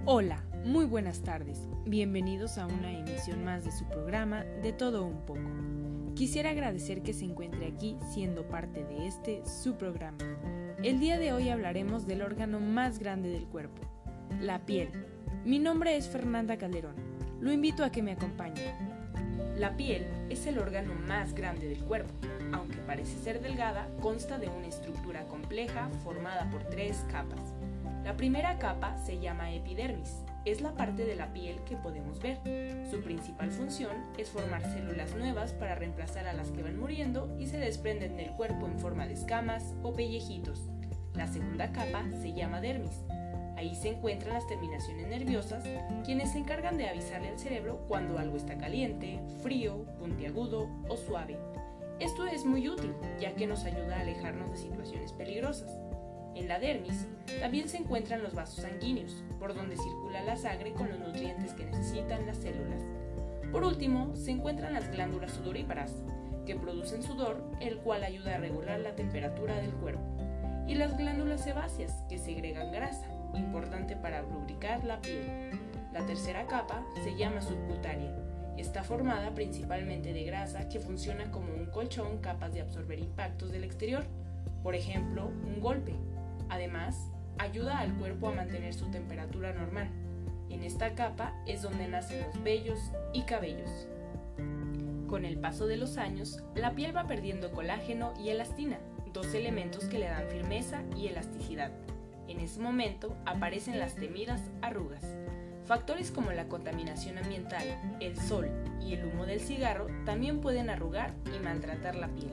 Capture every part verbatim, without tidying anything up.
Hola, muy buenas tardes. Bienvenidos a una emisión más de su programa De Todo Un Poco. Quisiera agradecer que se encuentre aquí siendo parte de este, su programa. El día de hoy hablaremos del órgano más grande del cuerpo, la piel. Mi nombre es Fernanda Calderón. Lo invito a que me acompañe. La piel es el órgano más grande del cuerpo. Aunque parece ser delgada, consta de una estructura compleja formada por tres capas. La primera capa se llama epidermis. Es la parte de la piel que podemos ver. Su principal función es formar células nuevas para reemplazar a las que van muriendo y se desprenden del cuerpo en forma de escamas o pellejitos. La segunda capa se llama dermis. Ahí se encuentran las terminaciones nerviosas, quienes se encargan de avisarle al cerebro cuando algo está caliente, frío, puntiagudo o suave. Esto es muy útil, ya que nos ayuda a alejarnos de situaciones peligrosas. En la dermis también se encuentran los vasos sanguíneos, por donde circula la sangre con los nutrientes que necesitan las células. Por último, se encuentran las glándulas sudoríparas, que producen sudor, el cual ayuda a regular la temperatura del cuerpo. Y las glándulas sebáceas, que segregan grasa, importante para lubricar la piel. La tercera capa se llama subcutánea. Está formada principalmente de grasa que funciona como un colchón capaz de absorber impactos del exterior, por ejemplo, un golpe. Además, ayuda al cuerpo a mantener su temperatura normal. En esta capa es donde nacen los vellos y cabellos. Con el paso de los años, la piel va perdiendo colágeno y elastina, dos elementos que le dan firmeza y elasticidad. En ese momento aparecen las temidas arrugas. Factores como la contaminación ambiental, el sol y el humo del cigarro también pueden arrugar y maltratar la piel.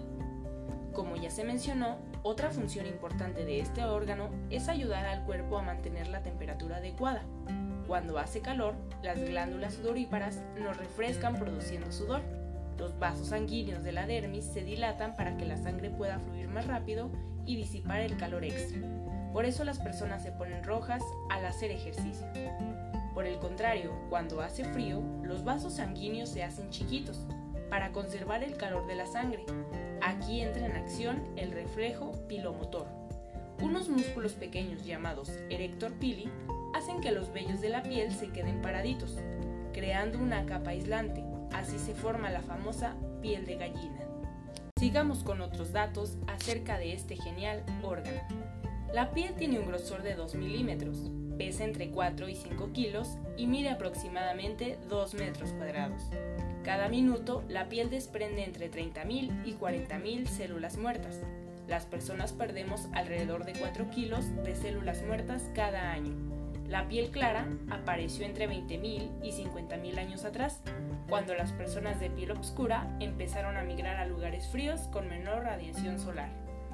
Como ya se mencionó, otra función importante de este órgano es ayudar al cuerpo a mantener la temperatura adecuada. Cuando hace calor, las glándulas sudoríparas nos refrescan produciendo sudor. Los vasos sanguíneos de la dermis se dilatan para que la sangre pueda fluir más rápido y disipar el calor extra. Por eso las personas se ponen rojas al hacer ejercicio. Por el contrario, cuando hace frío, los vasos sanguíneos se hacen chiquitos para conservar el calor de la sangre. Aquí entra en acción el reflejo pilomotor. Unos músculos pequeños llamados erector pili hacen que los vellos de la piel se queden paraditos, creando una capa aislante. Así se forma la famosa piel de gallina. Sigamos con otros datos acerca de este genial órgano. La piel tiene un grosor de dos milímetros, pesa entre cuatro y cinco kilos y mide aproximadamente dos metros cuadrados. Cada minuto, la piel desprende entre treinta mil y cuarenta mil células muertas. Las personas perdemos alrededor de cuatro kilos de células muertas cada año. La piel clara apareció entre veinte mil y cincuenta mil años atrás, cuando las personas de piel oscura empezaron a migrar a lugares fríos con menor radiación solar.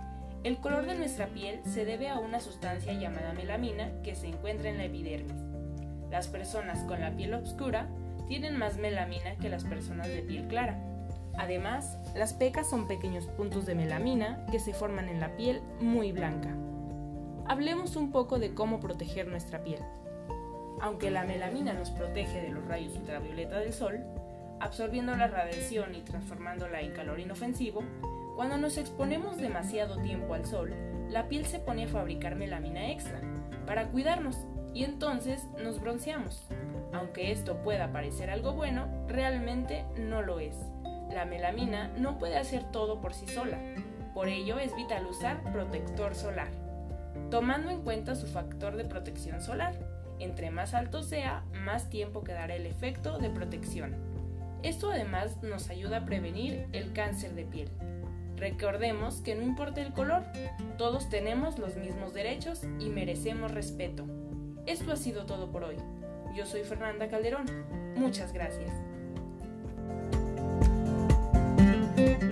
El color de nuestra piel se debe a una sustancia llamada melamina que se encuentra en la epidermis. Las personas con la piel oscura tienen más melamina que las personas de piel clara. Además, las pecas son pequeños puntos de melamina que se forman en la piel muy blanca. Hablemos un poco de cómo proteger nuestra piel. Aunque la melamina nos protege de los rayos ultravioleta del sol, absorbiendo la radiación y transformándola en calor inofensivo, cuando nos exponemos demasiado tiempo al sol, la piel se pone a fabricar melamina extra para cuidarnos y entonces nos bronceamos. Aunque esto pueda parecer algo bueno, realmente no lo es. La melamina no puede hacer todo por sí sola, por ello es vital usar protector solar, tomando en cuenta su factor de protección solar. Entre más alto sea, más tiempo quedará el efecto de protección. Esto además nos ayuda a prevenir el cáncer de piel. Recordemos que no importa el color, todos tenemos los mismos derechos y merecemos respeto. Esto ha sido todo por hoy. Yo soy Fernanda Calderón. Muchas gracias.